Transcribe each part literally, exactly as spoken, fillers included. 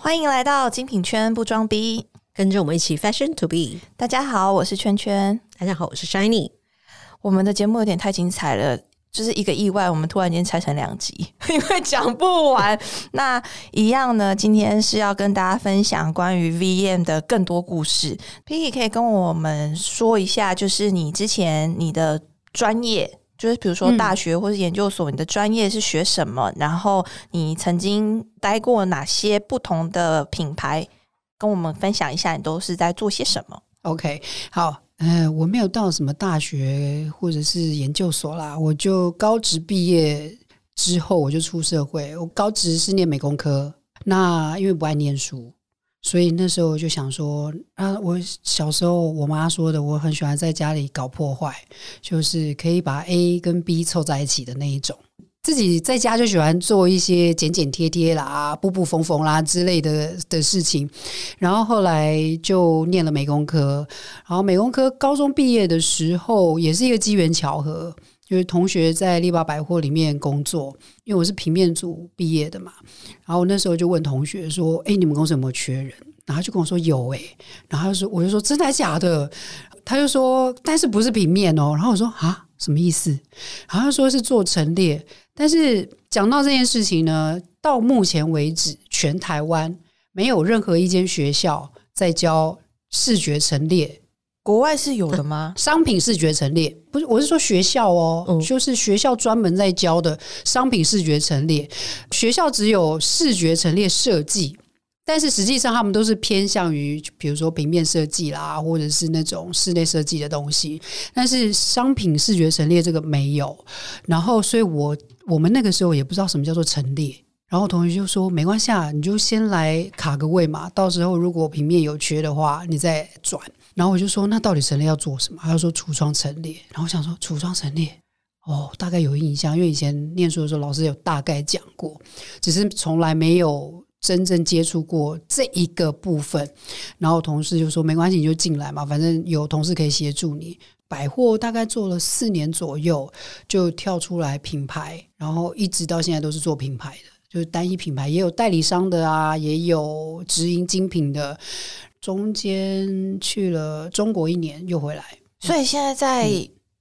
欢迎来到精品圈不装逼， 跟着我们一起 Fashion to be。 大家好，我是圈圈。 大家好，我是 Shiny。 我们的节目有点太精彩了，就是一个意外，我们突然间拆成两集，因为讲不完。那一样呢，今天是要跟大家分享关于 V M 的更多故事。 Piggy 可以跟我们说一下，就是你之前你的专业，就是比如说大学或是研究所，你的专业是学什么、嗯、然后你曾经待过哪些不同的品牌，跟我们分享一下你都是在做些什么。 OK， 好，呃，我没有到什么大学或者是研究所啦，我就高职毕业之后我就出社会。我高职是念美工科，那因为不爱念书，所以那时候我就想说啊，我小时候我妈说的，我很喜欢在家里搞破坏，就是可以把 A 跟 B 凑在一起的那一种。自己在家就喜欢做一些剪剪贴贴啦、布布缝缝啦之类的的事情，然后后来就念了美工科。然后美工科高中毕业的时候也是一个机缘巧合，就是同学在力宝百货里面工作，因为我是平面组毕业的嘛，然后那时候就问同学说，哎，你们公司有没有缺人？然后他就跟我说有哎、欸，然后他就说，我就说真的还假的？他就说但是不是平面哦，然后我说啊什么意思？然后他说是做陈列。但是讲到这件事情呢，到目前为止全台湾没有任何一间学校在教视觉陈列。 国外是有的吗？ 商品视觉陈列，不是，我是说学校哦、嗯、就是学校专门在教的商品视觉陈列。学校只有视觉陈列设计，但是实际上他们都是偏向于比如说平面设计啦，或者是那种室内设计的东西，但是商品视觉陈列这个没有。然后所以我我们那个时候也不知道什么叫做陈列，然后同学就说没关系啊，你就先来卡个位嘛，到时候如果平面有缺的话你再转。然后我就说那到底陈列要做什么？他就说橱窗陈列。然后我想说橱窗陈列哦，大概有印象，因为以前念书的时候老师有大概讲过，只是从来没有真正接触过这一个部分。然后同事就说没关系，你就进来嘛，反正有同事可以协助你。百货大概做了四年左右就跳出来品牌，然后一直到现在都是做品牌的，就是单一品牌，也有代理商的啊，也有直营精品的。中间去了中国一年又回来， 所以现在在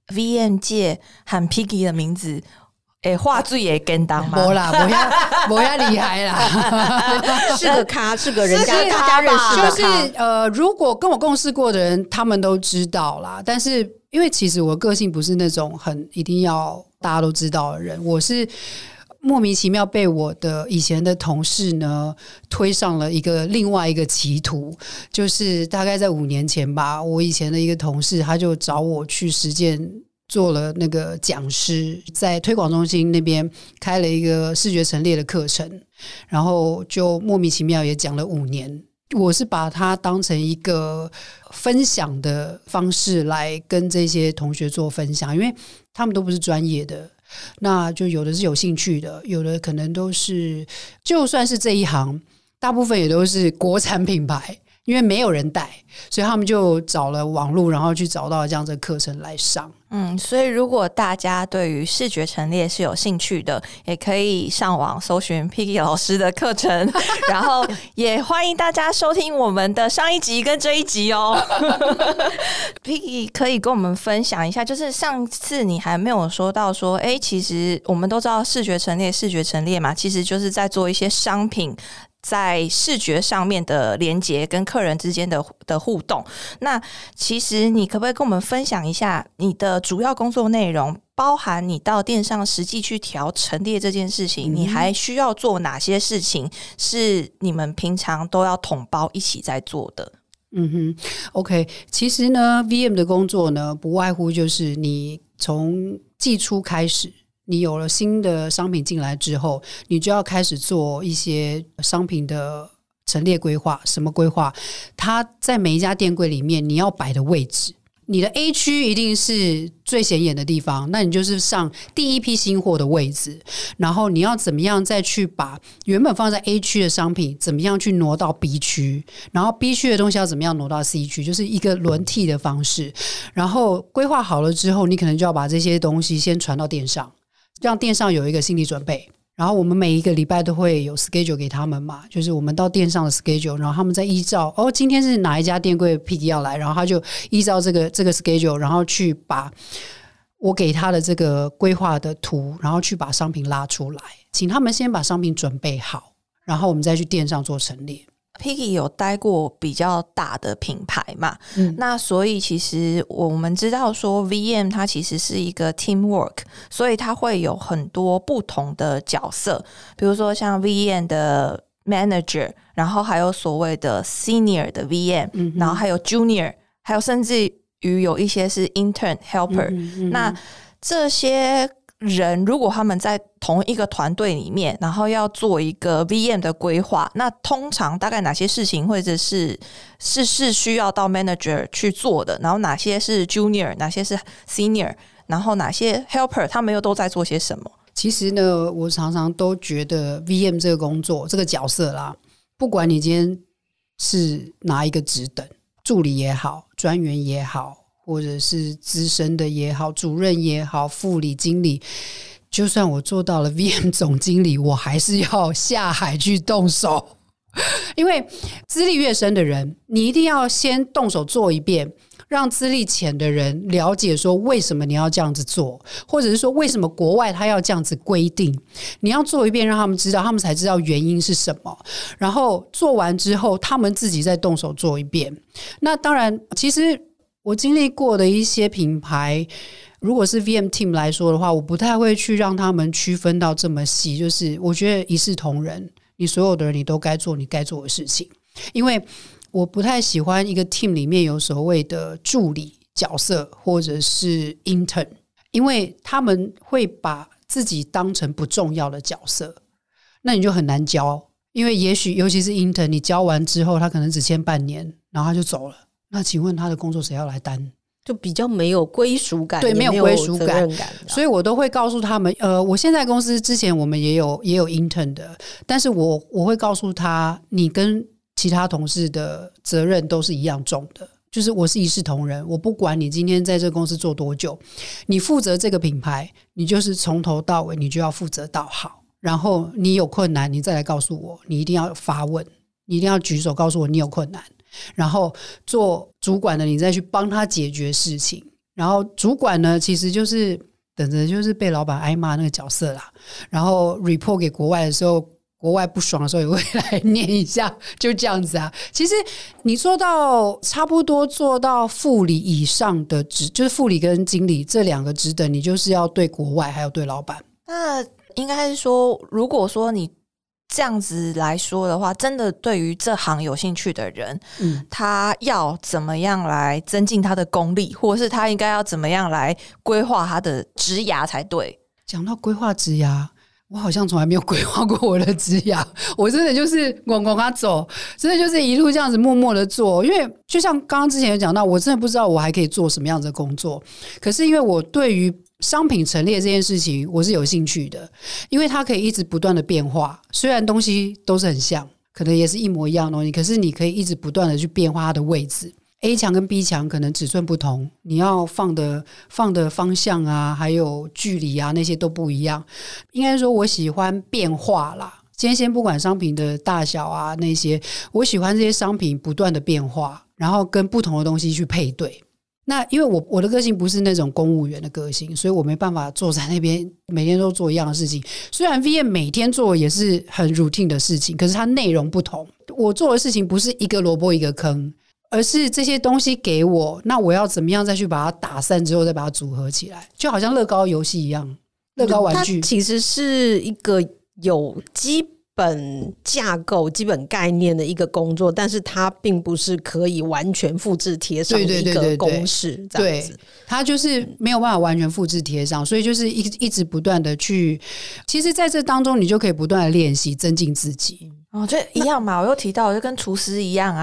V M 界喊 Piggy 的名字诶，话剧也跟当吗？ 没啦，没要没要厉害啦， 是个咖，是个人家大家认识的咖。 就是呃，如果跟我共事过的人，他们都知道啦。但是因为其实我个性不是那种很一定要大家都知道的人，我是莫名其妙被我的以前的同事呢推上了一个另外一个歧途。就是大概在五年前吧，我以前的一个同事他就找我去实践做了那个讲师，在推广中心那边开了一个视觉陈列的课程，然后就莫名其妙也讲了五年。我是把它当成一个分享的方式来跟这些同学做分享，因为他们都不是专业的，那就有的是有兴趣的，有的可能都是就算是这一行大部分也都是国产品牌，因为没有人带，所以他们就找了网络，然后去找到这样的课程来上。 嗯，所以如果大家对于视觉陈列是有兴趣的，也可以上网搜寻 Piggy 老师的课程，然后也欢迎大家收听我们的上一集跟这一集哦。Piggy 可以跟我们分享一下，就是上次你还没有说到说，哎，其实我们都知道视觉陈列，视觉陈列嘛，其实就是在做一些商品在视觉上面的连结跟客人之间的的互动。那其实你可不可以跟我们分享一下你的主要工作内容，包含你到店上实际去调陈列这件事情、嗯、你还需要做哪些事情是你们平常都要统包一起在做的？ 嗯哼 OK， 其实呢 V M 的工作呢不外乎就是你从季初开始，你有了新的商品进来之后，你就要开始做一些商品的陈列规划。什么规划？它在每一家店柜里面你要摆的位置，你的 A 区一定是最显眼的地方，那你就是上第一批新货的位置，然后你要怎么样再去把原本放在 A 区的商品怎么样去挪到 B 区，然后 B 区的东西要怎么样挪到 C 区，就是一个轮替的方式。然后规划好了之后，你可能就要把这些东西先传到店上，让店上有一个心理准备， 然后我们每一个礼拜都会有 schedule 给他们嘛，就是我们到店上的 schedule， 然后他们再依照哦，今天是哪一家店柜 Piggy 要来，然后他就依照这个这个 schedule， 然后去把我给他的这个规划的图，然后去把商品拉出来，请他们先把商品准备好，然后我们再去店上做陈列。 Piggy 有待过比较大的品牌嘛、嗯、那所以其实我们知道说 V M 它其实是一个 teamwork， 所以它会有很多不同的角色，比如说像 V M 的 manager， 然后还有所谓的 senior 的 V M、嗯、然后还有 junior， 还有甚至于有一些是 intern helper、嗯嗯、那这些人如果他们在同一个团队里面，然后要做一个 V M 的规划，那通常大概哪些事情或者是是是需要到 manager 去做的，然后哪些是 junior， 哪些是 senior， 然后哪些 helper 他们又都在做些什么。 其实呢，我常常都觉得 V M 这个工作这个角色啦，不管你今天是哪一个职等，助理也好，专员也好，或者是资深的也好，主任也好，副理经理，就算我做到了 V M 总经理，我还是要下海去动手。因为资历越深的人，你一定要先动手做一遍，让资历浅的人了解说为什么你要这样子做，或者是说为什么国外他要这样子规定，你要做一遍让他们知道，他们才知道原因是什么，然后做完之后他们自己再动手做一遍。那当然其实我经历过的一些品牌，如果是 V M team 来说的话，我不太会去让他们区分到这么细，就是我觉得一视同仁，你所有的人你都该做你该做的事情。因为我不太喜欢一个 team 里面有所谓的助理角色或者是 intern， 因为他们会把自己当成不重要的角色，那你就很难教。因为也许尤其是 intern， 你教完之后他可能只签半年然后他就走了，那请问他的工作谁要来担？ 就比较没有归属感， 对，没有归属感， 感所以我都会告诉他们，呃，我现在公司之前我们也有也有 intern 的，但是我我会告诉他，你跟其他同事的责任都是一样重的，就是我是一视同仁，我不管你今天在这个公司做多久，你负责这个品牌，你就是从头到尾你就要负责到好，然后你有困难你再来告诉我，你一定要发问，你一定要举手告诉我你有困难，然后做主管的你再去帮他解决事情，然后主管呢其实就是等着就是被老板挨骂那个角色啦，然后 report 给国外的时候，国外不爽的时候也会来念一下，就这样子啊。其实你做到差不多做到副理以上的职，就是副理跟经理这两个职等，你就是要对国外还有对老板。 那应该是说，如果说你这样子来说的话，真的对于这行有兴趣的人、嗯、他要怎么样来增进他的功力，或者是他应该要怎么样来规划他的职涯才对。 讲到规划职涯，我好像从来没有规划过我的职涯，我真的就是咣咣他走，真的就是一路这样子默默的做。因为就像刚刚之前有讲到，我真的不知道我还可以做什么样子的工作，可是因为我对于商品陈列这件事情我是有兴趣的，因为它可以一直不断的变化，虽然东西都是很像，可能也是一模一样的东西，可是你可以一直不断的去变化它的位置， A 墙跟 B 墙可能尺寸不同，你要放的放的方向啊还有距离啊那些都不一样。应该说我喜欢变化啦，今天先不管商品的大小啊那些，我喜欢这些商品不断的变化，然后跟不同的东西去配对。那因为我我的个性不是那种公务员的个性，所以我没办法坐在那边每天都做一样的事情。虽然 V M 每天做也是很 routine 的事情，可是它内容不同。我做的事情不是一个萝卜一个坑，而是这些东西给我，那我要怎么样再去把它打散之后再把它组合起来，就好像乐高游戏一样，乐高玩具它其实是一个有基本架构基本概念的一个工作，但是它并不是可以完全复制贴上的一个公式，这样子。对， 它就是没有办法完全复制贴上，所以就是一一直不断的去，其实在这当中你就可以不断的练习增进自己。 哦，就一样嘛，我又提到就跟厨师一样啊，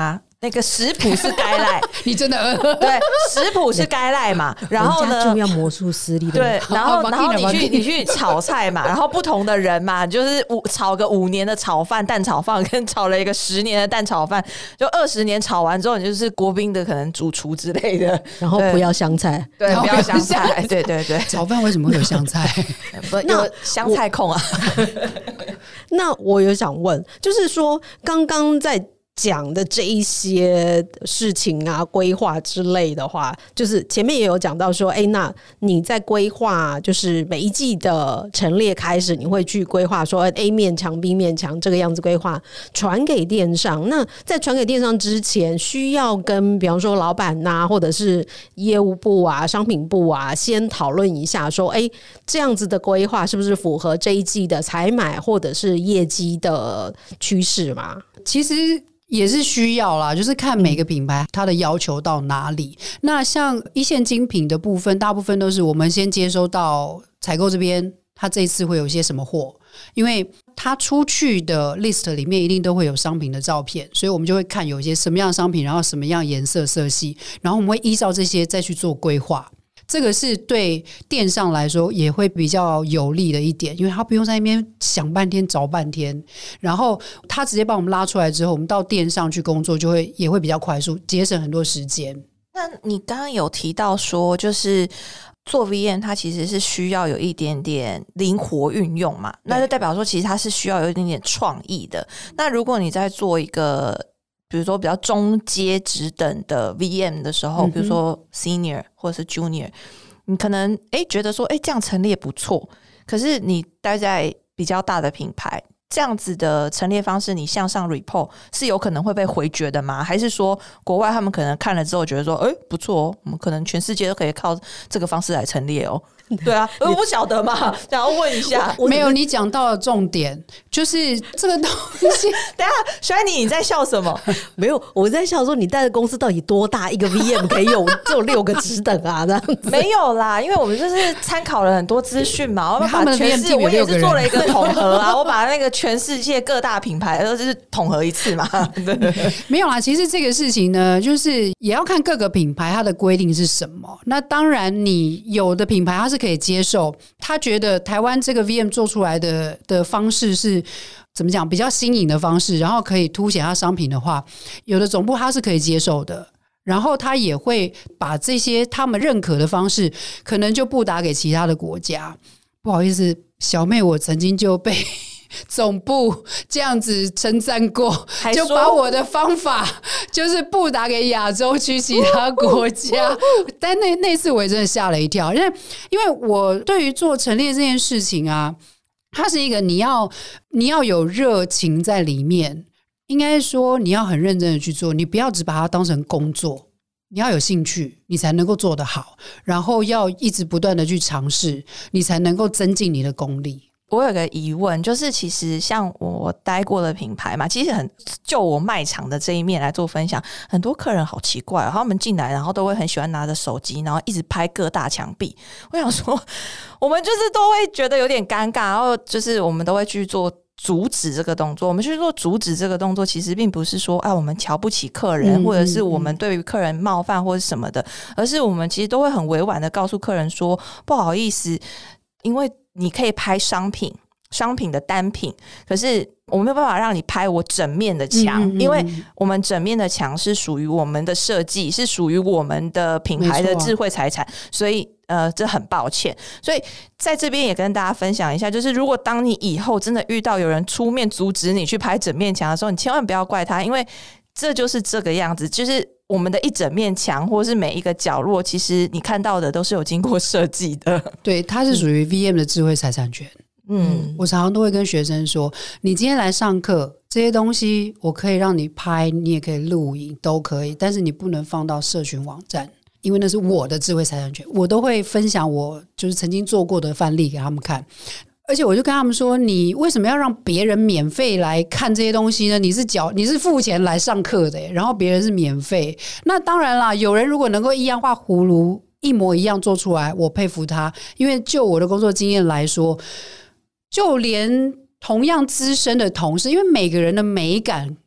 那个食谱是该赖， 你真的对，食谱是该赖嘛，然后呢就要魔术师力的， 对，然后然后你去你去炒菜嘛，然后不同的人嘛，就是五炒个五年的炒饭蛋炒饭，跟炒了一个十年的蛋炒饭，就二十年炒完之后，你就是国宾的可能主厨之类的， 然后不要香菜， 对，不要香菜，对对对， 炒饭为什么会有香菜？ 不有香菜控啊。 那我有想问，就是说刚刚在讲的这一些事情啊，规划之类的话，就是前面也有讲到说，哎，那你在规划，就是每一季的陈列开始，你会去规划说 A 面墙、B 面墙这个样子规划，传给电商。那在传给电商之前，需要跟比方说老板呐、啊，或者是业务部啊、商品部啊，先讨论一下，说，哎，这样子的规划是不是符合这一季的采买或者是业绩的趋势嘛？ 其实也是需要啦，就是看每个品牌它的要求到哪里。那像一线精品的部分，大部分都是我们先接收到采购这边，它这一次会有些什么货，因为它出去的 list 里面一定都会有商品的照片，所以我们就会看有一些什么样的商品，然后什么样颜色色系，然后我们会依照这些再去做规划。这个是对电商来说也会比较有利的一点，因为他不用在那边想半天找半天，然后他直接帮我们拉出来之后，我们到店上去工作就会也会比较快速，节省很多时间。 那你刚刚有提到说，就是做 V M 它其实是需要有一点点灵活运用嘛，那就代表说其实它是需要有一点点创意的。那如果你在做一个比如说比较中阶职等的 V M 的时候，比如说 Senior 或者是 Junior， 你可能诶觉得说诶这样陈列不错，可是你待在比较大的品牌，这样子的陈列方式你向上 report 是有可能会被回绝的吗？还是说国外他们可能看了之后觉得说诶不错哦，我们可能全世界都可以靠这个方式来陈列哦？对啊，我不晓得嘛，想要问一下。 没有，你讲到了重点，就是这个东西。 等一下 Shiny 你在笑什么？ 没有，我在笑说你带的公司到底多大，一个 V M 可以有只有六个职等啊？这样子没有啦，因为我们就是参考了很多资讯嘛，我们把全世界， 我也是做了一个统合啊，我把那个全世界各大品牌都是统合一次嘛。对， 没有啦，其实这个事情呢，就是也要看各个品牌它的规定是什么。那当然，你有的品牌它是可以接受，他觉得台湾这个 V M 做出来的的方式是怎么讲，比较新颖的方式，然后可以凸显它商品的话，有的总部它是可以接受的，然后他也会把这些他们认可的方式可能就布达给其他的国家。不好意思，小妹我曾经就被总部这样子称赞过，就把我的方法就是布达给亚洲区其他国家。但那那次我也真的吓了一跳，因为因为我对于做陈列这件事情啊，它是一个你要你要有热情在里面，应该说你要很认真的去做，你不要只把它当成工作，你要有兴趣你才能够做得好，然后要一直不断的去尝试，你才能够增进你的功力。 我有个疑问，就是其实像我待过的品牌嘛，其实很就我卖场的这一面来做分享，很多客人好奇怪哦，他们进来然后都会很喜欢拿着手机，然后一直拍各大墙壁。我想说我们就是都会觉得有点尴尬，然后就是我们都会去做阻止这个动作。我们去做阻止这个动作，其实并不是说哎，我们瞧不起客人，或者是我们对于客人冒犯或者什么的，而是我们其实都会很委婉的告诉客人说，不好意思，因为你可以拍商品商品的单品，可是我没有办法让你拍我整面的墙、嗯嗯嗯、因为我们整面的墙是属于我们的设计，是属于我们的品牌的智慧财产、啊、所以呃，这很抱歉。所以在这边也跟大家分享一下，就是如果当你以后真的遇到有人出面阻止你去拍整面墙的时候，你千万不要怪他，因为这就是这个样子，就是我们的一整面墙或是每一个角落，其实你看到的都是有经过设计的。 对，它是属于 V M 的智慧财产权。嗯，我常常都会跟学生说，你今天来上课，这些东西我可以让你拍，你也可以录影，都可以，但是你不能放到社群网站，因为那是我的智慧财产权。我都会分享我就是曾经做过的范例给他们看，而且我就跟他们说，你为什么要让别人免费来看这些东西呢？你是缴你是付钱来上课的，然后别人是免费。那当然啦，有人如果能够一样画葫芦一模一样做出来，我佩服他，因为就我的工作经验来说，就连同样资深的同事，因为每个人的美感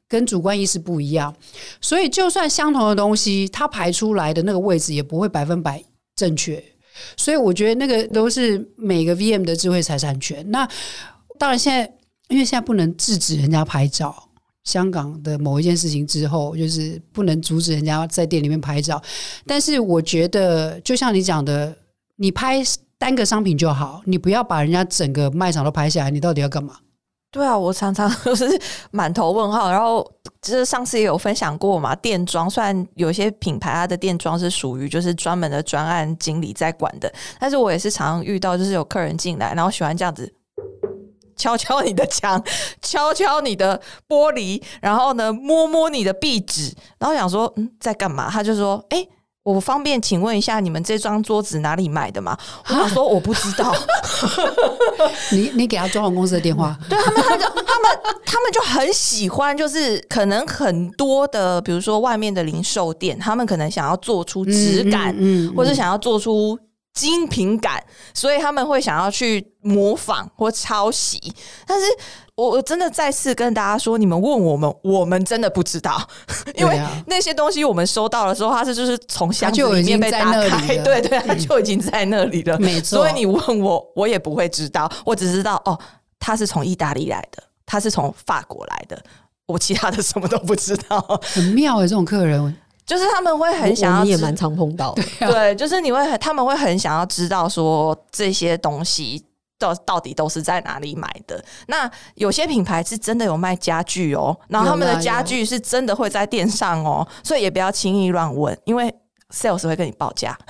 跟主观意识不一样，所以就算相同的东西，它排出来的那个位置也不会百分百正确。所以我觉得那个都是每个 V M 的智慧财产权。那当然现在因为现在不能制止人家拍照，香港的某一件事情之后就是不能阻止人家在店里面拍照，但是我觉得就像你讲的，你拍单个商品就好，你不要把人家整个卖场都拍下来，你到底要干嘛？ 对啊，我常常都是满头问号。然后就是上次也有分享过嘛，店装虽然有些品牌它的店装是属于就是专门的专案经理在管的，但是我也是常常遇到就是有客人进来，然后喜欢这样子敲敲你的墙，敲敲你的玻璃，然后呢摸摸你的壁纸，然后想说嗯在干嘛？他就说哎、欸我方便请问一下你们这张桌子哪里买的吗？我想说我不知道。 你你给他装潢公司的电话？ 对，他们他就他们他们就很喜欢，就是可能很多的比如说外面的零售店，他们可能想要做出质感，嗯嗯嗯嗯，或者想要做出精品感，所以他们会想要去模仿或抄袭。但是我真的再次跟大家说，你们问我们，我们真的不知道，因为那些东西我们收到的时候，它是就是从箱子里面被打开，对对，它就已经在那里了，没错。所以你问我，我也不会知道，我只知道哦，它是从意大利来的，它是从法国来的，我其他的什么都不知道。 很妙耶，这种客人。 就是他们会很想要， 你也蛮常碰到的， 对、啊，对，就是你会很，他们会很想要知道说这些东西到到底都是在哪里买的。那有些品牌是真的有卖家具哦，然后他们的家具是真的会在店上哦，所以也不要轻易乱问，因为 sales 会跟你报价。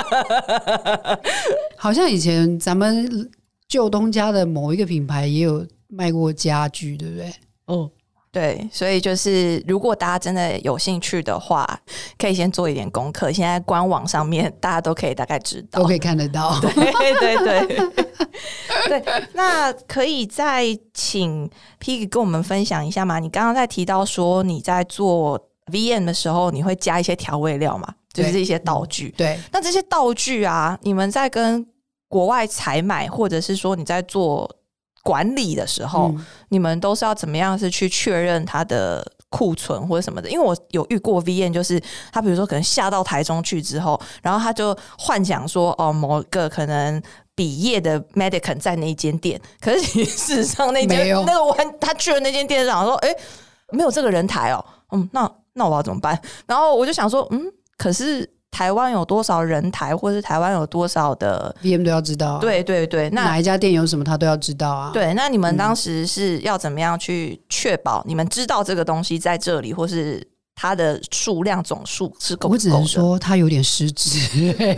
好像以前咱们旧东家的某一个品牌也有卖过家具，对不对？ 哦。对，所以就是如果大家真的有兴趣的话，可以先做一点功课。现在官网上面大家都可以大概知道， 都可以看得到。 对对对对，那可以再请 Piggy 跟我们分享一下吗？你刚刚在提到说你在做 V M 的时候，你会加一些调味料嘛，就是一些道具。 对， 那这些道具啊，你们在跟国外采买，或者是说你在做管理的时候、嗯、你们都是要怎么样是去确认它的库存或者什么的？因为我有遇过 V M， 就是他比如说可能下到台中去之后，然后他就幻想说哦某个可能比业的 Medicine 在那间店，可是事实上那间那个玩他去了那间店上说哎没有这个人台哦，嗯那那我要怎么办？然后我就想说嗯可是台湾有多少人台，或是台湾有多少的 V M 都要知道、啊、 对对对，那哪一家店有什么他都要知道啊。 对，那你们当时是要怎么样去确保你们知道这个东西在这里，或是它的数量总数是够不够的？ 我只能说它有点失职。因为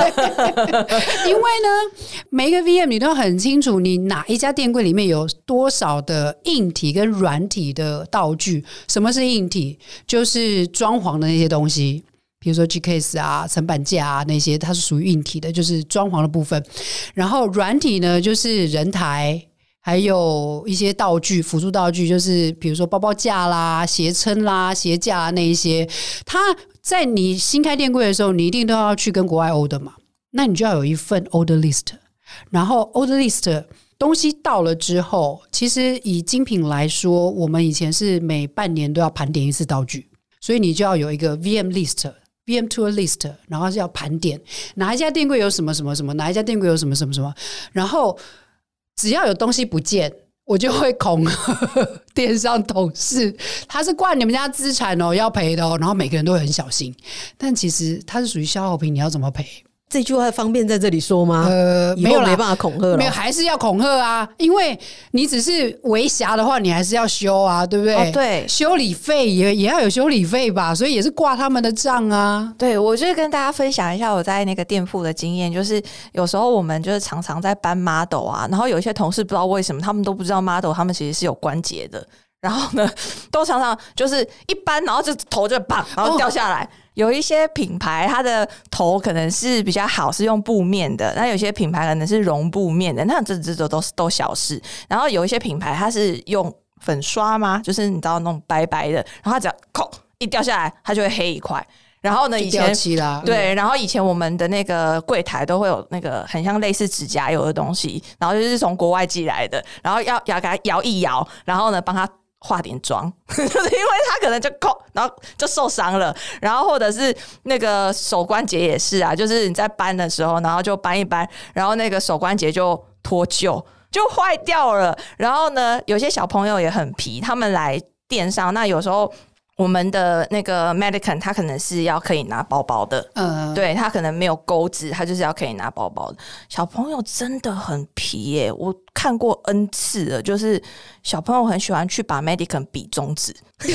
呢每一个 V M 你都很清楚你哪一家店柜里面有多少的硬体跟软体的道具。什么是硬体？就是装潢的那些东西，比如说 G case 啊、层板架啊那些，它是属于硬体的，就是装潢的部分。然后软体呢，就是人台，还有一些道具、辅助道具，就是比如说包包架啦、鞋撑啦、鞋架啦那一些。它在你新开店柜的时候，你一定都要去跟国外 order 嘛，那你就要有一份 order list。然后 order list 东西到了之后，其实以精品来说，我们以前是每半年都要盘点一次道具，所以你就要有一个 V M list。V M tour list， 然后是要盘点哪一家店柜有什么什么什么，哪一家店柜有什么什么什么，然后只要有东西不见，我就会恐吓电商董事，他是挂你们家资产哦，要赔的哦，然后每个人都会很小心，但其实它是属于消耗品，你要怎么赔？ 这句话方便在这里说吗？呃， 没有啦， 没办法恐吓了， 没有，还是要恐吓啊！因为你只是微瑕的话，你还是要修啊，对不对？ 哦、对， 修理费也也要有修理费吧，所以也是挂他们的账啊。 对，我就是跟大家分享一下我在那个店铺的经验，就是有时候我们就是常常在搬 model 啊，然后有一些同事不知道为什么，他们都不知道 model 他们其实是有关节的。然后呢，都常常就是一搬，然后就头就棒，然后掉下来。哦、有一些品牌，它的头可能是比较好，是用布面的；那有些品牌可能是绒布面的，那这这都都都小事。然后有一些品牌，它是用粉刷吗？就是你知道那种白白的，然后它只要扣一掉下来，它就会黑一块。然后呢，以前对，然后以前我们的那个柜台都会有那个很像类似指甲油的东西，然后就是从国外寄来的，然后要要给它摇一摇，然后呢帮它化点妆，就是因为他可能就扣，然后就受伤了，然后或者是那个手关节也是啊，就是你在搬的时候，然后就搬一搬，然后那个手关节就脱臼，就坏掉了。然后呢，有些小朋友也很皮，他们来店上，那有时候我们的那个 Medicant 他可能是要可以拿包包的，嗯，对，他可能没有钩子，他就是要可以拿包包的。小朋友真的很皮耶，我看过 N 次了，就是小朋友很喜欢去把 Medicant 比中指。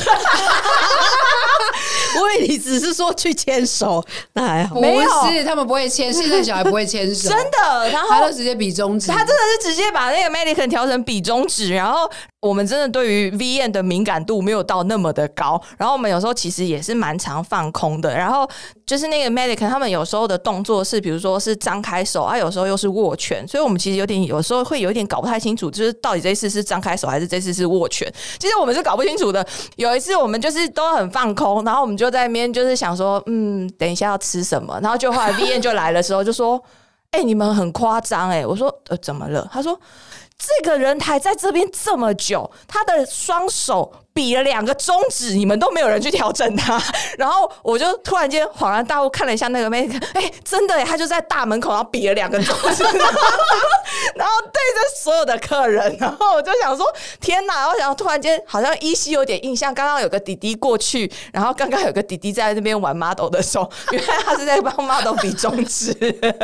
我以为你只是说去牵手，那还好。 不是，他们不会牵，现在小孩不会牵手， 真的。然后他都直接比中指， 他真的是直接把那个 Medicant 调成比中指。然后我们真的对于 V M 的敏感度没有到那么的高，然后我们有时候其实也是蛮常放空的。然后就是那个 Medicant 他们有时候的动作是，比如说是张开手啊，有时候又是握拳，所以我们其实有点有时候会有一点搞不太清楚，就是到底这次是张开手还是这次是握拳。其实我们是搞不清楚的。有一次我们就是都很放空，然后我们就在那边就是想说，嗯，等一下要吃什么，然后就后来 V M 就来的时候就说，哎、欸，你们很夸张哎，我说呃怎么了？他说这个人还在这边这么久，他的双手比了两个中指，你们都没有人去调整他。然后我就突然间恍然大悟，看了一下那个妹，哎、欸，真的耶，他就在大门口，然后比了两个中指，然后对着所有的客人，然后我就想说，天哪！我想突然间好像依稀有点印象，刚刚有个弟弟过去，然后刚刚有个弟弟在那边玩 model 的时候，原来他是在帮 model 比中指。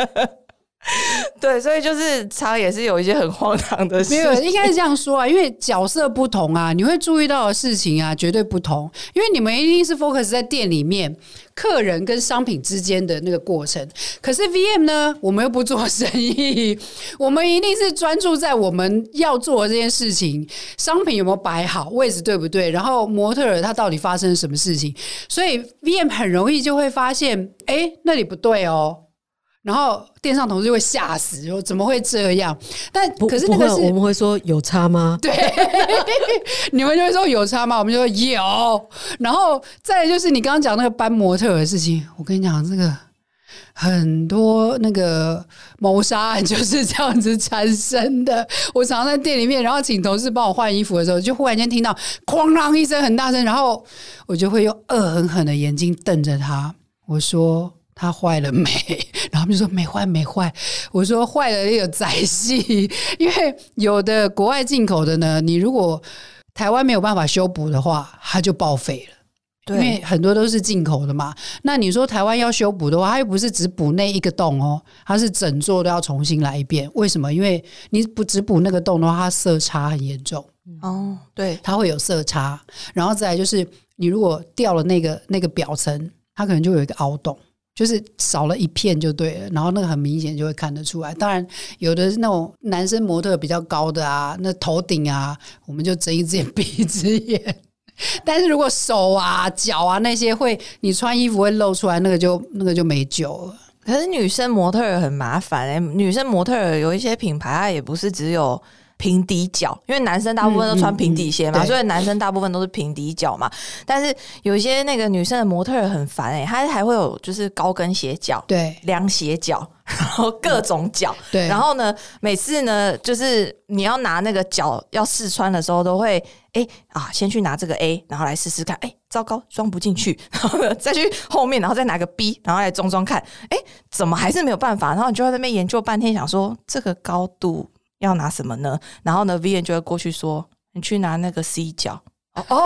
对，所以就是常也是有一些很荒唐的事。 没有，应该是这样说啊，因为角色不同啊，你会注意到的事情啊绝对不同。因为你们一定是 focus 在店里面客人跟商品之间的那个过程，可是 V M 呢，我们又不做生意，我们一定是专注在我们要做的这件事情，商品有没有摆好，位置对不对，然后模特儿他到底发生什么事情，所以 V M 很容易就会发现，哎，那里不对哦。然后店上同事就会吓死，说怎么会这样？但可是那个是我们会说有差吗？ 对，你们就会说有差吗？我们就说有。然后再来就是你刚刚讲那个搬模特的事情，我跟你讲，这个很多那个谋杀案就是这样子产生的。我常常在店里面，然后请同事帮我换衣服的时候，就忽然间听到哐啷一声很大声，然后我就会用恶狠狠的眼睛瞪着他，我说他坏了没？然后他们就说没坏没坏。我说坏了也有载戏，因为有的国外进口的呢，你如果台湾没有办法修补的话，它就报废了。对，因为很多都是进口的嘛。那你说台湾要修补的话，它又不是只补那一个洞哦，它是整座都要重新来一遍。为什么？因为你不只补那个洞的话，它色差很严重。 哦，对， 它会有色差。然后再来就是你如果掉了那个那个表层，它可能就有一个凹洞。就是少了一片就对了，然后那个很明显就会看得出来。当然有的是那种男生模特比较高的啊，那头顶啊我们就睁一只眼闭一只眼，但是如果手啊脚啊那些会你穿衣服会露出来，那个就那个就没救了。 可是女生模特很麻烦欸，女生模特有一些品牌它也不是只有平底脚，因为男生大部分都穿平底鞋嘛，嗯嗯嗯，所以男生大部分都是平底脚嘛。但是有一些那个女生的模特很烦哎，她还会有就是高跟鞋脚、对，凉鞋脚，然后各种脚、嗯。对，然后呢，每次呢，就是你要拿那个脚要试穿的时候，都会哎啊，先去拿这个 A， 然后来试试看，哎，糟糕，装不进去，然后呢再去后面，然后再拿个 B， 然后来装装看，哎，怎么还是没有办法？然后你就在那边研究半天，想说这个高度要拿什么呢？然后呢 V N 就会过去说你去拿那个 C 角。哦哦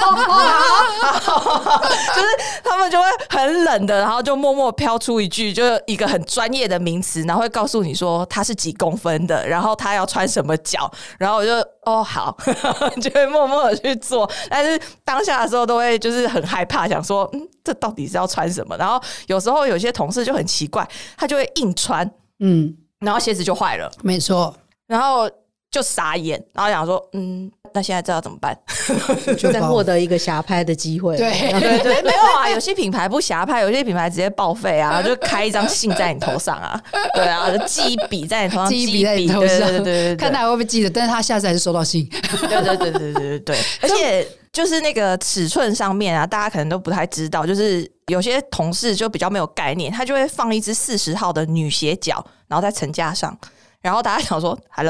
哦，就是他们就会很冷的，然后就默默飘出一句，就是一个很专业的名词，然后会告诉你说它是几公分的，然后他要穿什么脚，然后我就哦好，就会默默的去做。但是当下的时候都会就是很害怕，想说嗯，这到底是要穿什么？然后有时候有些同事就很奇怪，他就会硬穿，嗯，然后鞋子就坏了， 没错， 然后就傻眼，然后想说嗯。那现在知道怎么办？ 就再获得一个瞎拍的机会。 对对对，没有啊，有些品牌不瞎拍，有些品牌直接报废啊，就开一张信在你头上啊，对啊，就记一笔在你头上， 记一笔在你头上， 对对对 对, 对， 看他会不会记得，但是他下次还是收到信。 对对对对对对对，而且就是那个尺寸上面啊，大家可能都不太知道，就是有些同事就比较没有概念，他就会放一只四十号的女鞋脚，然后在层架上，然后大家想说 ，Hello。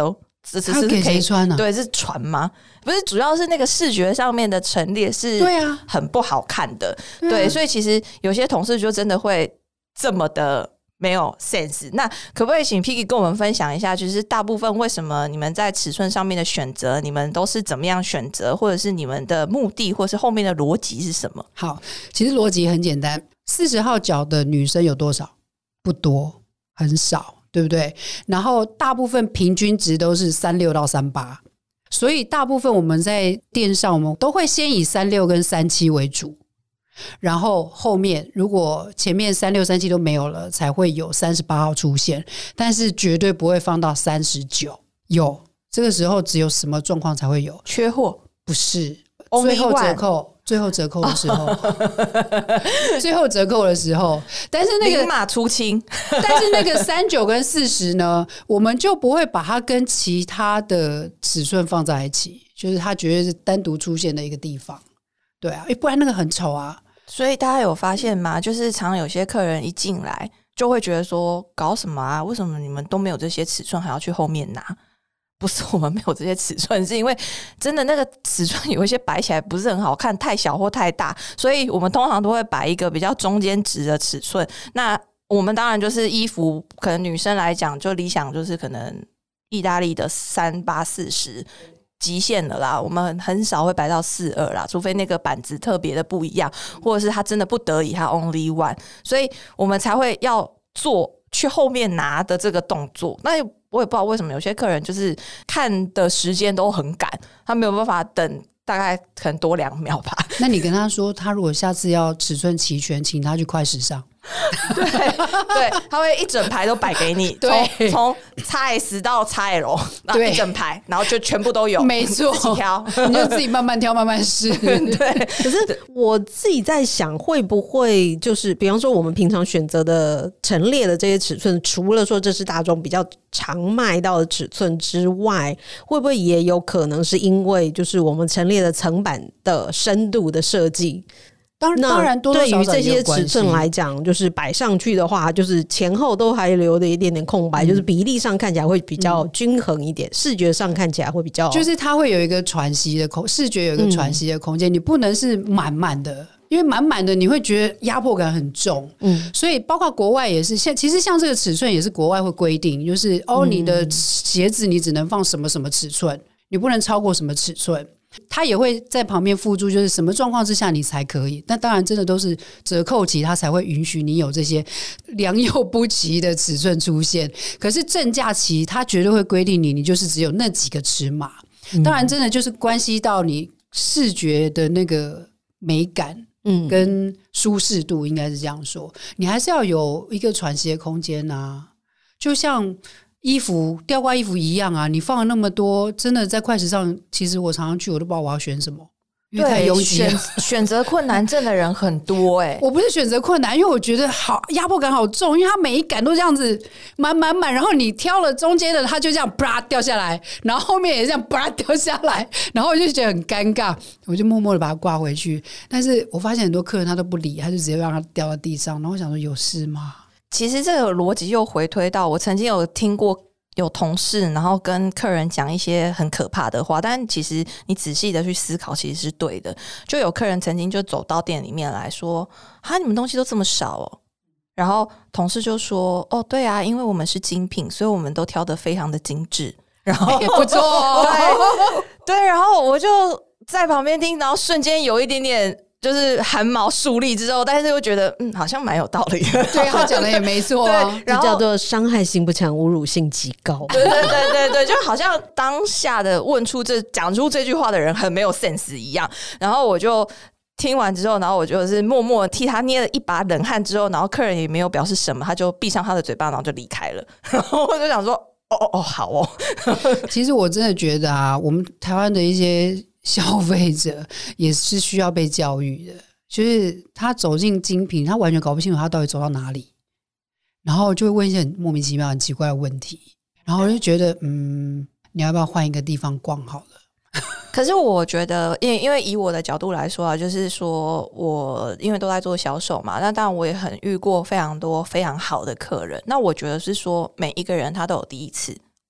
这只是给谁穿啊？ 对，是船吗？不是，主要是那个视觉上面的陈列是， 对啊， 很不好看的。对, 对, 啊、 对， 所以其实有些同事就真的会这么的没有 sense。那可不可以请 Piggy 跟我们分享一下，就是大部分为什么你们在尺寸上面的选择，你们都是怎么样选择，或者是你们的目的，或者是后面的逻辑是什么？ 好，其实逻辑很简单，四十号脚的女生有多少？不多，很少。对不对？然后大部分平均值都是三六到三八，所以大部分我们在店上我们都会先以三六跟三七为主，然后后面如果前面三六三七都没有了，才会有三十八号出现，但是绝对不会放到三十九。有这个时候只有什么状况才会有？ 缺货？ 不是，最后折扣。最后折扣的时候最后折扣的时候，但是那个零码出清但是那个三九跟四十呢，我们就不会把它跟其他的尺寸放在一起，就是它绝对是单独出现的一个地方。对啊，不然那个很丑啊。 所以大家有发现吗？就是常常有些客人一进来就会觉得说，搞什么啊，为什么你们都没有这些尺寸还要去后面拿？不是我们没有这些尺寸，是因为真的那个尺寸有一些摆起来不是很好看，太小或太大，所以我们通常都会摆一个比较中间值的尺寸。那我们当然就是衣服，可能女生来讲就理想就是可能意大利的三八四十极限了啦，我们很少会摆到四二啦，除非那个板子特别的不一样，或者是它真的不得已它 only one， 所以我们才会要做去后面拿的这个动作。那我也不知道为什么有些客人就是看的时间都很赶，他没有办法等大概可能多两秒吧。 那你跟他说，他如果下次要尺寸齐全，请他去快时尚。 对对，他会一整排都摆给你，从从 X S 到 X L， 然后一整排，然后就全部都有， 没错， 自己挑， 你就自己慢慢挑，慢慢试。 对， 可是我自己在想，会不会就是比方说我们平常选择的陈列的这些尺寸，除了说这是大众比较常卖到的尺寸之外，会不会也有可能是因为就是我们陈列的层板的深度的设计？ 当然，当然多多少少对于这些尺寸来讲，就是摆上去的话，就是前后都还留的一点点空白，嗯、就是比例上看起来会比较均衡一点，嗯、视觉上看起来会比较， 就是它会有一个喘息的空，视觉有一个喘息的空间，嗯、你不能是满满的。因为满满的你会觉得压迫感很重，嗯，所以包括国外也是，像其实像这个尺寸也是国外会规定，就是哦，你的鞋子你只能放什么什么尺寸，你不能超过什么尺寸。他也会在旁边附注，就是什么状况之下你才可以。但当然，真的都是折扣期，他才会允许你有这些良莠不齐的尺寸出现。可是正价期，他绝对会规定你，你就是只有那几个尺码。当然，真的就是关系到你视觉的那个美感。嗯，跟舒适度应该是这样说，你还是要有一个喘息的空间啊，就像衣服吊挂衣服一样啊，你放了那么多，真的在快时尚，其实我常常去，我都不知道我要选什么，因为太拥挤了， 选选择困难症的人很多哎、欸。 我不是选择困难，因为我觉得好压迫感好重，因为它每一杆都这样子满满满，然后你挑了中间的，它就这样啪掉下来，然后后面也这样啪掉下来，然后我就觉得很尴尬，我就默默的把它挂回去。但是我发现很多客人他都不理，他就直接让它掉到地上，然后我想说有事吗？ 其实这个逻辑又回推到我曾经有听过。有同事然后跟客人讲一些很可怕的话，但其实你仔细的去思考其实是对的。就有客人曾经就走到店里面来说，哈，你们东西都这么少哦。然后同事就说，哦对啊，因为我们是精品，所以我们都挑得非常的精致，然后也不错、哦、 对对，然后我就在旁边听，然后瞬间有一点点就是汗毛竖立之后，但是又觉得嗯，好像蛮有道理的。 对，他讲的也没错啊。 这叫做伤害性不强，侮辱性极高。 对对对对对，就好像当下的问出这讲出这句话的人很没有 sense 一样。然后我就听完之后，然后我就是默默替他捏了一把冷汗之后，然后客人也没有表示什么，他就闭上他的嘴巴，然后就离开了。然后我就想说，哦哦哦，好哦。 其实我真的觉得啊，我们台湾的一些消费者也是需要被教育的，就是他走进精品，他完全搞不清楚他到底走到哪里，然后就会问一些很莫名其妙很奇怪的问题，然后我就觉得嗯，你要不要换一个地方逛好了。 可是我觉得因为因为以我的角度来说啊，就是说我因为都在做销售嘛，那当然我也很遇过非常多非常好的客人，那我觉得是说每一个人他都有第一次，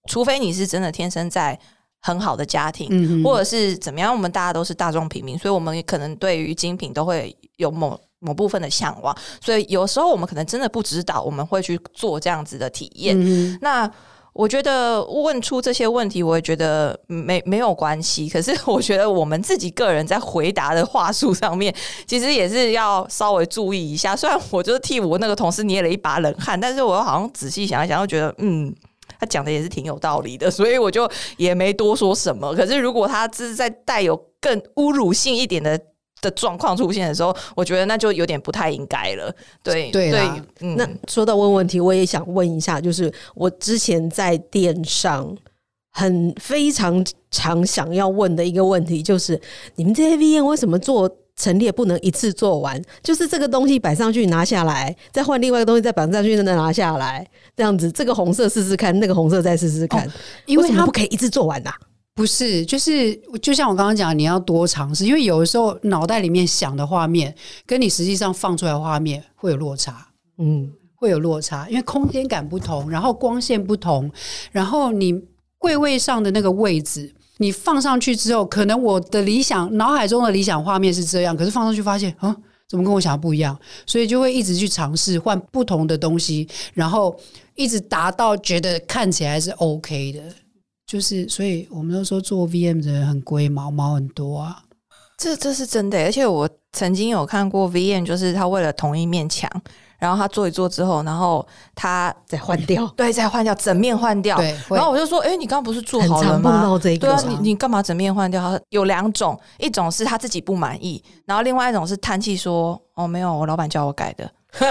除非你是真的天生在很好的家庭、 嗯、 或者是怎么样，我们大家都是大众平民，所以我们可能对于精品都会有某某部分的向往，所以有时候我们可能真的不知道，我们会去做这样子的体验、嗯、那我觉得问出这些问题我也觉得没没有关系，可是我觉得我们自己个人在回答的话术上面其实也是要稍微注意一下，虽然我就是替我那个同事捏了一把冷汗，但是我好像仔细想一想又觉得嗯他讲的也是挺有道理的，所以我就也没多说什么。可是如果他是在带有更侮辱性一点的的状况出现的时候，我觉得那就有点不太应该了。对对对、 嗯，那说到问问题，我也想问一下，就是我之前在店上很非常常想要问的一个问题，就是你们这些 V M 为什么做陈列不能一次做完？就是这个东西摆上去拿下来，再换另外一个东西再摆上去再拿下来，这样子，这个红色试试看，那个红色再试试看、哦、因为它不可以一次做完啊？ 不是，就是就像我刚刚讲，你要多尝试，因为有的时候脑袋里面想的画面跟你实际上放出来的画面会有落差，嗯，会有落差，因为空间感不同，然后光线不同，然后你柜位上的那个位置你放上去之后，可能我的理想脑海中的理想画面是这样，可是放上去发现啊，怎么跟我想的不一样，所以就会一直去尝试换不同的东西，然后一直达到觉得看起来是 OK 的，就是所以我们都说做 V M 的人很龟毛，毛很多啊， 这这是真的。而且我曾经有看过 V M， 就是他为了同一面墙，然后他做一做之后，然后他再换掉， 对，再换掉，整面换掉。 对， 然后我就说，哎、欸，你刚刚不是做好了吗？ 很常碰到这个， 对啊，你你干嘛整面换掉？他有两种，一种是他自己不满意，然后另外一种是叹气说，哦，没有，我老板叫我改的。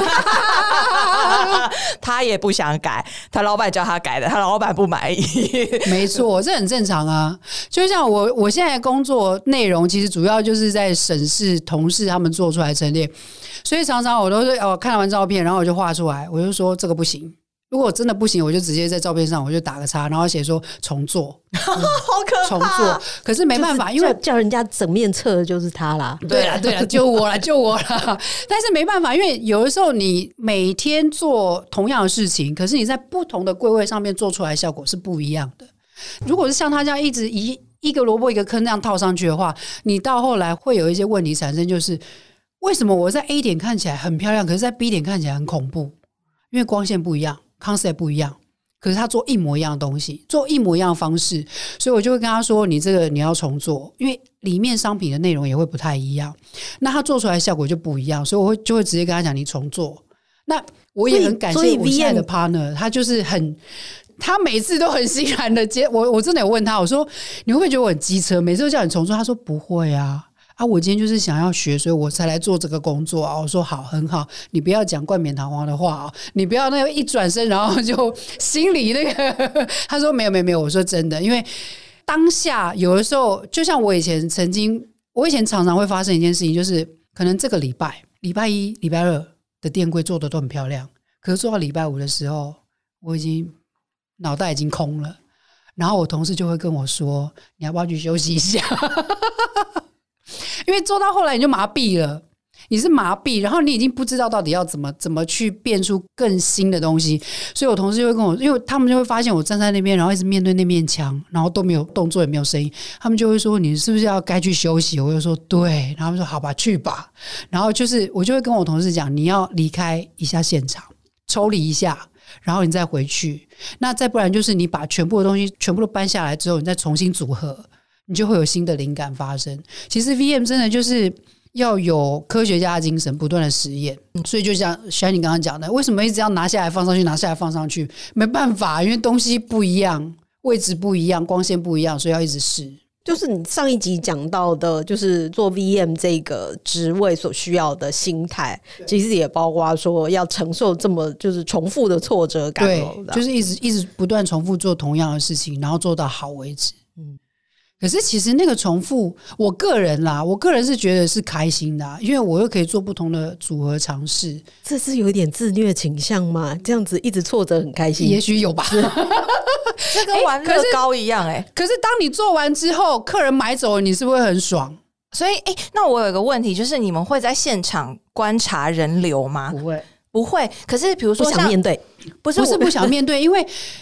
他也不想改，他老板叫他改的，他老板不满意。 没错，这很正常啊。就像我我现在工作内容其实主要就是在审视同事他们做出来陈列，所以常常我都是哦看完照片，然后我就画出来，我就说这个不行。如果真的不行，我就直接在照片上我就打个叉，然后写说重做、 嗯、好可怕， 重做。可是没办法，因为叫人家整面测的就是他啦。 对啦对啦，就我啦就我啦。但是没办法，因为有的时候你每天做同样的事情，可是你在不同的柜位上面做出来的效果是不一样的。如果是像他这样一直一一个萝卜一个坑那样套上去的话，你到后来会有一些问题产生，就是为什么我在 A 点看起来很漂亮，可是在 B 点看起来很恐怖？因为光线不一样，concept 不一样，可是他做一模一样的东西，做一模一样的方式，所以我就会跟他说你这个你要重做，因为里面商品的内容也会不太一样，那他做出来的效果就不一样，所以我会就会直接跟他讲你重做。那我也很感谢我现在的 partner， 他就是很他每次都很欣然的接我，我真的有问他，我说你会不会觉得我很机车，每次都叫你重做？他说不会啊啊，我今天就是想要学，所以我才来做这个工作啊。我说好，很好，你不要讲冠冕堂皇的话啊，你不要那个一转身然后就心里那个。他说没有没有没有，我说真的，因为当下有的时候，就像我以前曾经，我以前常常会发生一件事情，就是可能这个礼拜礼拜一、礼拜二的店柜做的都很漂亮，可是做到礼拜五的时候，我已经脑袋已经空了，然后我同事就会跟我说，你要不要去休息一下？因为做到后来你就麻痹了，你是麻痹，然后你已经不知道到底要怎么怎么去变出更新的东西，所以我同事就会跟我，因为他们就会发现我站在那边，然后一直面对那面墙，然后都没有动作也没有声音，他们就会说你是不是要该去休息？我就说对，然后他们说好吧去吧，然后就是我就会跟我同事讲，你要离开一下现场，抽离一下，然后你再回去，那再不然就是你把全部的东西全部都搬下来之后，你再重新组合，你就会有新的灵感发生。其实 V M 真的就是要有科学家的精神，不断的实验，所以就像像你刚刚讲的，为什么一直要拿下来放上去拿下来放上去？没办法，因为东西不一样，位置不一样，光线不一样，所以要一直试。 就是你上一集讲到的，就是做 V M 这个职位所需要的心态，其实也包括说要承受这么就是重复的挫折感。 对，就是一直一直不断重复做同样的事情，然后做到好为止。嗯，可是其实那个重复，我个人啦，我个人是觉得是开心的、啊，因为我又可以做不同的组合尝试。 这是有一点自虐倾向吗？这样子一直挫折很开心， 也许有吧。 这跟玩乐高一样哎、欸。 可是当你做完之后，客人买走了，你是不是会很爽？ 所以，哎、欸，那我有一个问题，就是你们会在现场观察人流吗？ 不会， 不会。可是，比如说不想面对， 不是不是不想面对，因为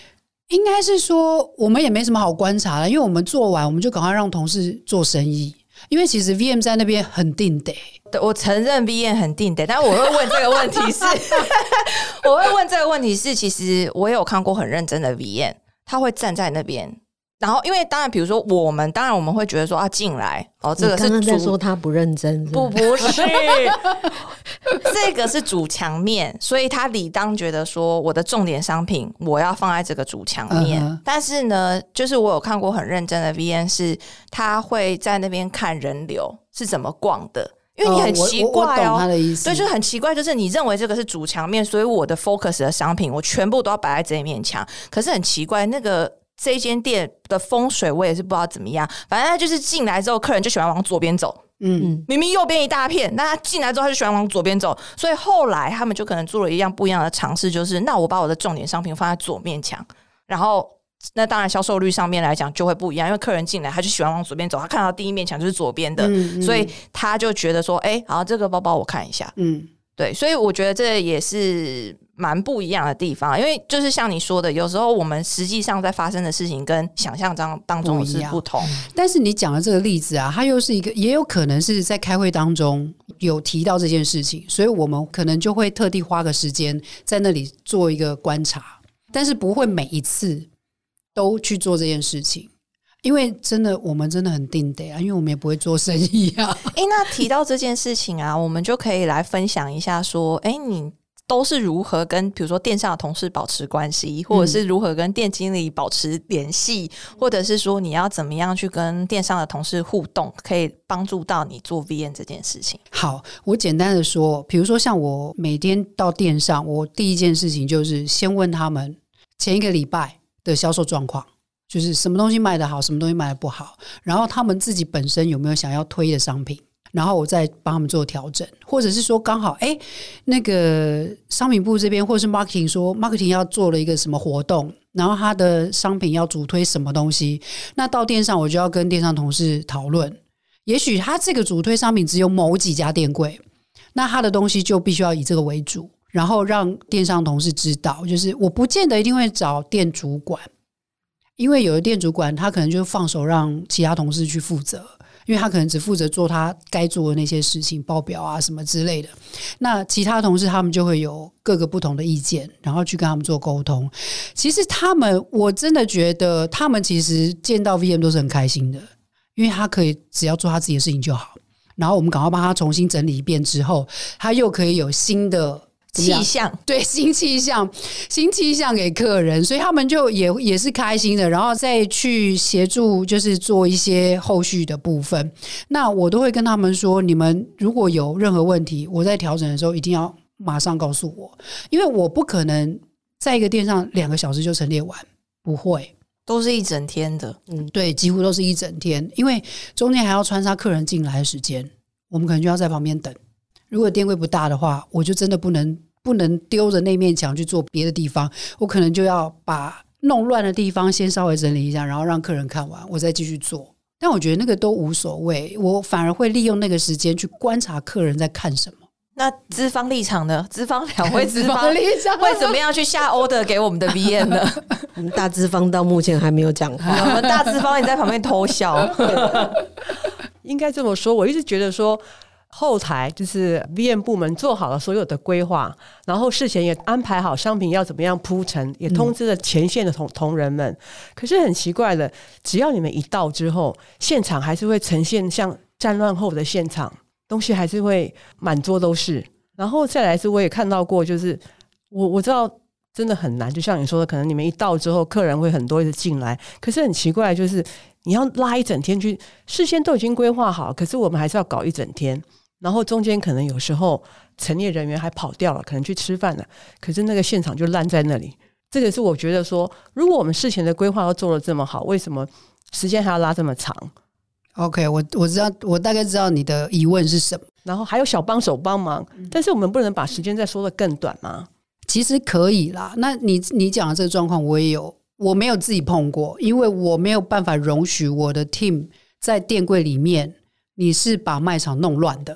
应该是说我们也没什么好观察的，因为我们做完我们就赶快让同事做生意，因为其实 V M 在那边很定得。 对，我承认 V M 很定得，但我会问这个问题是我会问这个问题是其实我有看过很认真的 V M， 他会站在那边，然后因为当然比如说我们当然我们会觉得说啊进来哦，这个是你刚刚在说他不认真， 不不是这个是主墙面，所以他理当觉得说我的重点商品我要放在这个主墙面、uh-huh. 但是呢就是我有看过很认真的 V M 是他会在那边看人流是怎么逛的，因为你很奇怪哦， 我我我懂他的意思， 对，就是很奇怪，就是你认为这个是主墙面，所以我的 focus 的商品我全部都要摆在这一面墙，可是很奇怪，那个这间店的风水我也是不知道怎么样，反正他就是进来之后客人就喜欢往左边走，嗯，明明右边一大片，那他进来之后他就喜欢往左边走，所以后来他们就可能做了一样不一样的尝试，就是那我把我的重点商品放在左面墙，然后那当然销售率上面来讲就会不一样，因为客人进来他就喜欢往左边走，他看到第一面墙就是左边的、嗯嗯、所以他就觉得说哎、欸，好，这个包包我看一下，嗯，对，所以我觉得这也是蛮不一样的地方，因为就是像你说的，有时候我们实际上在发生的事情跟想象当当中是不同。 但是你讲的这个例子啊，它又是一个，也有可能是在开会当中有提到这件事情，所以我们可能就会特地花个时间在那里做一个观察，但是不会每一次都去做这件事情。因为真的我们真的很定得啊，因为我们也不会做生意啊。 欸，那提到这件事情啊，我们就可以来分享一下说，欸，你都是如何跟比如说店上的同事保持关系，或者是如何跟店经理保持联系、嗯、或者是说你要怎么样去跟店上的同事互动，可以帮助到你做 V M 这件事情。 好，我简单的说，比如说像我每天到店上，我第一件事情就是先问他们前一个礼拜的销售状况，就是什么东西卖得好，什么东西卖得不好，然后他们自己本身有没有想要推的商品，然后我再帮他们做调整，或者是说刚好哎，那个商品部这边或是 marketing 说 marketing 要做了一个什么活动，然后他的商品要主推什么东西，那到店上我就要跟店上同事讨论，也许他这个主推商品只有某几家店柜，那他的东西就必须要以这个为主，然后让店上同事知道，就是我不见得一定会找店主管，因为有的店主管他可能就放手让其他同事去负责，因为他可能只负责做他该做的那些事情，报表啊什么之类的，那其他同事他们就会有各个不同的意见，然后去跟他们做沟通。其实他们我真的觉得他们其实见到 V M 都是很开心的，因为他可以只要做他自己的事情就好，然后我们赶快帮他重新整理一遍之后，他又可以有新的气象， 对，新气象新气象给客人，所以他们就也也是开心的，然后再去协助就是做一些后续的部分。那我都会跟他们说，你们如果有任何问题，我在调整的时候一定要马上告诉我，因为我不可能在一个店上两个小时就陈列完，不会， 都是一整天的。 嗯，对，几乎都是一整天，因为中间还要穿插客人进来的时间，我们可能就要在旁边等。如果店柜不大的话，我就真的不能不能丢着那面墙去做别的地方，我可能就要把弄乱的地方先稍微整理一下，然后让客人看完我再继续做。但我觉得那个都无所谓，我反而会利用那个时间去观察客人在看什么。 那资方立场呢？资方两位资方会怎么样去下 order 给我们的 V M 呢？ 我们大资方到目前还没有讲话， 我们大资方也在旁边偷笑。 应该这么说，我一直觉得说后台就是 V M 部门做好了所有的规划，然后事前也安排好商品要怎么样铺陈，也通知了前线的 同,、嗯、同仁们。可是很奇怪的，只要你们一到之后，现场还是会呈现像战乱后的现场，东西还是会满桌都是。然后再来是我也看到过，就是我我知道真的很难，就像你说的，可能你们一到之后客人会很多一直进来，可是很奇怪，就是你要拉一整天去，事先都已经规划好，可是我们还是要搞一整天，然后中间可能有时候陈列人员还跑掉了，可能去吃饭了，可是那个现场就烂在那里。这个是我觉得说，如果我们事前的规划都做得这么好，为什么时间还要拉这么长？ OK， 我我知道，我大概知道你的疑问是什么。 然后还有小帮手帮忙，但是我们不能把时间再说得更短吗？ 其实可以啦。那你你讲的这个状况我也有，我没有自己碰过，因为我没有办法容许我的 team 在店柜里面你是把卖场弄乱的。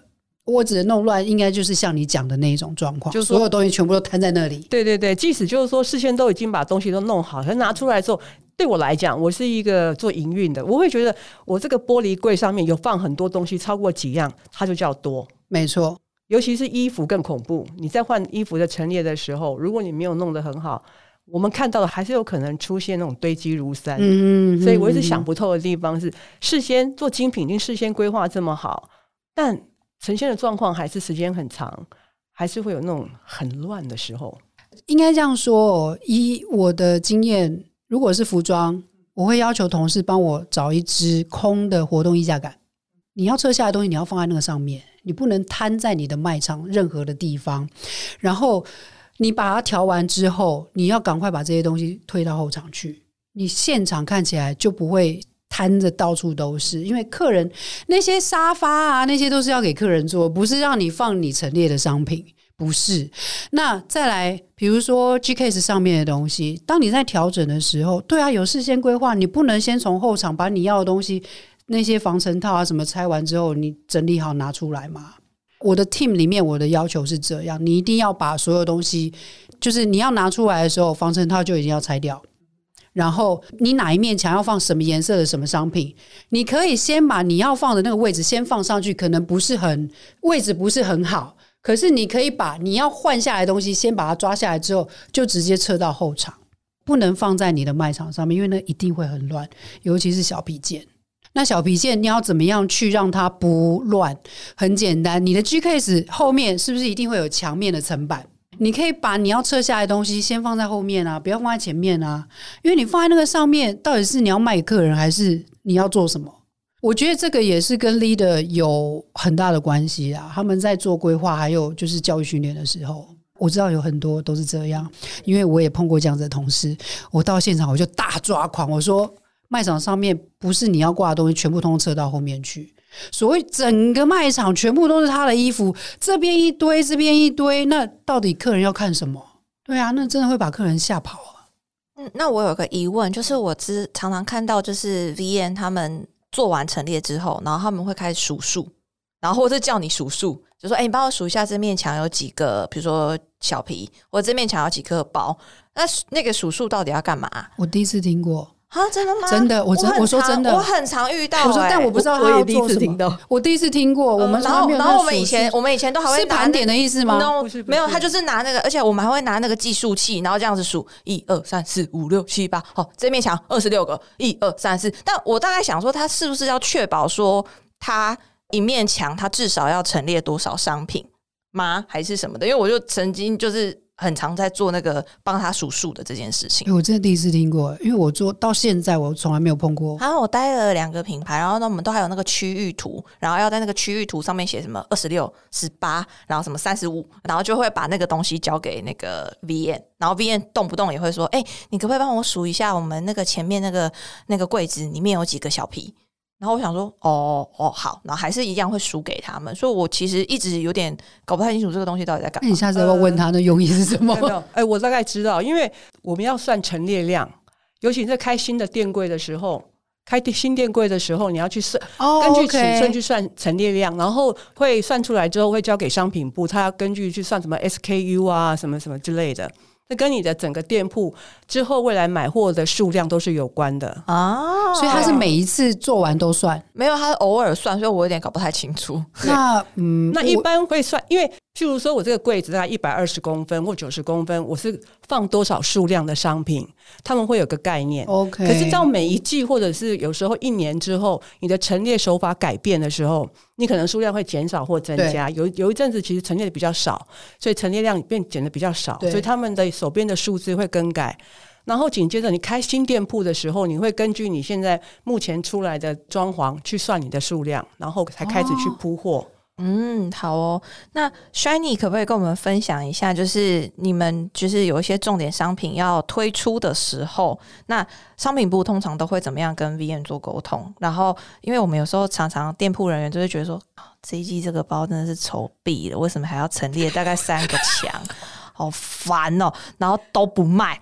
我只能弄乱，应该就是像你讲的那一种状况，就所有东西全部都摊在那里。 对对对，即使就是说事先都已经把东西都弄好，可是拿出来之后，对我来讲，我是一个做营运的，我会觉得我这个玻璃柜上面有放很多东西，超过几样，它就叫多。 没错， 尤其是衣服更恐怖，你在换衣服的陈列的时候，如果你没有弄得很好，我们看到的还是有可能出现那种堆积如山。嗯，所以我一直想不透的地方是，事先做精品已经事先规划这么好，但呈现的状况还是时间很长，还是会有那种很乱的时候。 应该这样说，以我的经验，如果是服装，我会要求同事帮我找一支空的活动衣架杆，你要撤下来的东西你要放在那个上面，你不能摊在你的卖场任何的地方，然后你把它调完之后，你要赶快把这些东西推到后场去，你现场看起来就不会摊着到处都是，因为客人那些沙发啊，那些都是要给客人做，不是让你放你陈列的商品，不是。那再来比如说 G Case 上面的东西，当你在调整的时候，对啊，有事先规划，你不能先从后场把你要的东西那些防尘套啊什么拆完之后你整理好拿出来嘛。我的 team 里面我的要求是这样，你一定要把所有东西，就是你要拿出来的时候防尘套就已经要拆掉，然后你哪一面墙要放什么颜色的什么商品，你可以先把你要放的那个位置先放上去，可能不是很位置不是很好，可是你可以把你要换下来的东西先把它抓下来之后就直接撤到后场，不能放在你的卖场上面，因为那一定会很乱，尤其是小皮件。那小皮件你要怎么样去让它不乱？很简单，你的 G Case 后面是不是一定会有墙面的层板？你可以把你要撤下来的东西先放在后面啊，不要放在前面啊，因为你放在那个上面到底是你要卖给客人还是你要做什么？我觉得这个也是跟 leader 有很大的关系啦，他们在做规划还有就是教育训练的时候，我知道有很多都是这样，因为我也碰过这样子的同事，我到现场我就大抓狂，我说卖场上面不是你要挂的东西全部通通撤到后面去，所谓整个卖场全部都是他的衣服，这边一堆这边一堆，那到底客人要看什么？对啊，那真的会把客人吓跑啊。 嗯，那我有个疑问，就是我只常常看到就是 V N 他们做完陈列之后，然后他们会开始数数，然后或者叫你数数，就说哎、欸，你帮我数一下这面墙有几个比如说小皮，或者这面墙有几颗包，那那个数数到底要干嘛？ 我第一次听过啊，真的吗？ 真的，我真 我, 我说真的， 我很常遇到、欸。 我说，但我不知道他要做什么。我第一次听过，我们然后然后我们以前我们以前都还会是盘点的意思吗？ no, 没有，他就是拿那个，而且我们还会拿那个计数器，然后这样子数一二三四五六七八，好，这面墙二十六个，一二三四。但我大概想说，他是不是要确保说，他一面墙他至少要陈列多少商品吗？还是什么的？因为我就曾经就是很常在做那个帮他数数的这件事情、 欸、我真的第一次听过，因为我做到现在我从来没有碰过。 然后我待了两个品牌，然后呢我们都还有那个区域图，然后要在那个区域图上面写什么二十六、十八，然后什么三十五，然后就会把那个东西交给那个 V N， 然后 V N 动不动也会说哎、欸，你可不可以帮我数一下我们那个前面那个那个柜子里面有几个小皮？然后我想说哦哦好，然后还是一样会输给他们，所以我其实一直有点搞不太清楚这个东西到底在干嘛。 那你下次要不要问他的用意是什么？ 呃、哎，我大概知道，因为我们要算陈列量，尤其你在开新的店柜的时候，开新店柜的时候，你要去算，哦、根据尺寸去算陈列量，然后会算出来之后会交给商品部，他要根据去算什么 S K U 啊，什么什么之类的。这跟你的整个店铺之后未来买货的数量都是有关的啊，所以他是每一次做完都算？ 没有，他偶尔算，所以我有点搞不太清楚。 那嗯， 那一般会算，因为譬如说我这个柜子大概一百二十公分或九十公分，我是放多少数量的商品，他们会有个概念。 OK， 可是到每一季或者是有时候一年之后，你的陈列手法改变的时候，你可能数量会减少或增加。有有一阵子其实陈列的比较少，所以陈列量变减的比较少，所以他们的手边的数字会更改。然后紧接着你开新店铺的时候，你会根据你现在目前出来的装潢去算你的数量，然后才开始去铺货。哦嗯，好哦。那 Shiny 可不可以跟我们分享一下，就是你们就是有一些重点商品要推出的时候，那商品部通常都会怎么样跟 V N 做沟通？然后因为我们有时候常常店铺人员就会觉得说、哦、这一季这个包真的是丑毙了，为什么还要陈列大概三个墙，好烦哦，然后都不卖。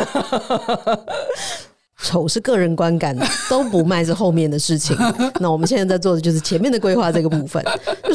丑是个人观感，都不卖是后面的事情。那我们现在在做的就是前面的规划这个部分，就是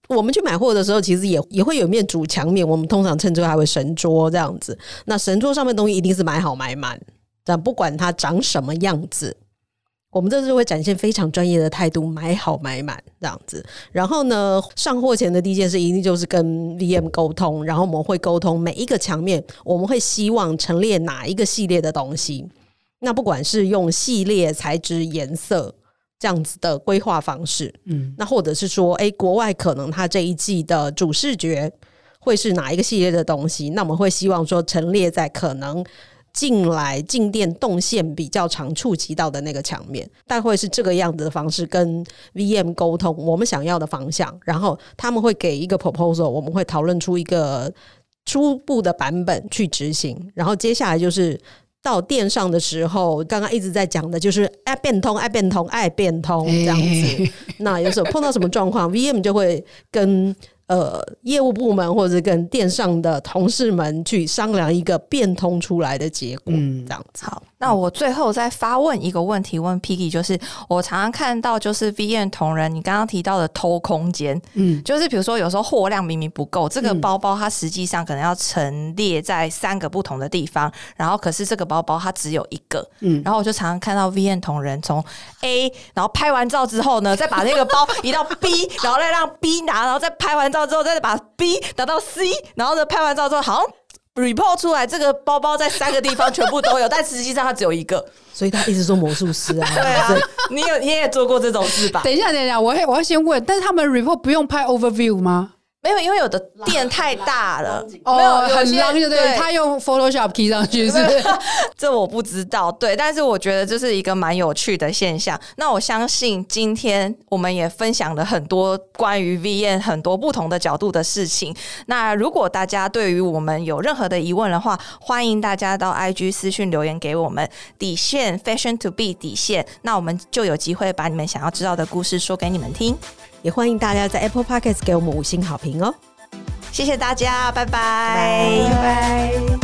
我们去买货的时候，其实也也会有一面主墙面，我们通常称之为还为神桌这样子。那神桌上面的东西一定是买好买满，但不管它长什么样子，我们这是会展现非常专业的态度，买好买满这样子。然后呢，上货前的第一件事一定就是跟 V M 沟通，然后我们会沟通每一个墙面，我们会希望陈列哪一个系列的东西。那不管是用系列、材质、颜色这样子的规划方式，嗯，那或者是说，哎，国外可能它这一季的主视觉会是哪一个系列的东西，那我们会希望说陈列在可能进来进店动线比较常触及到的那个墙面，大概会是这个样子的方式跟 V M 沟通我们想要的方向，然后他们会给一个 proposal， 我们会讨论出一个初步的版本去执行，然后接下来就是到店上的时候，刚刚一直在讲的就是爱变通爱变通爱变通这样子。那有时候碰到什么状况 V M 就会跟呃业务部门或者跟店上的同事们去商量一个变通出来的结果，嗯，这样子。 好，那我最后再发问一个问题，问 Piggy， 就是我常常看到就是 V M 同仁你刚刚提到的偷空间，嗯，就是比如说有时候货量明明不够，这个包包它实际上可能要陈列在三个不同的地方，然后可是这个包包它只有一个，嗯，然后我就常常看到 V M 同仁从 A 然后拍完照之后呢，再把那个包移到 B 然后再让 B 拿，然后再拍完照之后再把 B 拿到 C， 然后呢拍完照之后好像report 出来这个包包在三个地方全部都有，但实际上它只有一个， 所以他一直做魔术师啊。 对啊，你有你也做过这种事吧？ 等一下，等一下，我我要先问，但是他们 report 不用拍 overview 吗？ 没有，因为有的店太大了， 哦、 没有很 long 就对，他用 Photoshop key 上去是不是？ 这我不知道，对，但是我觉得这是一个蛮有趣的现象。那我相信今天我们也分享了很多关于 V M 很多不同的角度的事情。那如果大家对于我们有任何的疑问的话，欢迎大家到 I G 私讯留言给我们，底线 Fashion to be 底线，那我们就有机会把你们想要知道的故事说给你们听。 也欢迎大家在 Apple Podcast 给我们五星好评哦， 谢谢大家，拜拜， 拜拜。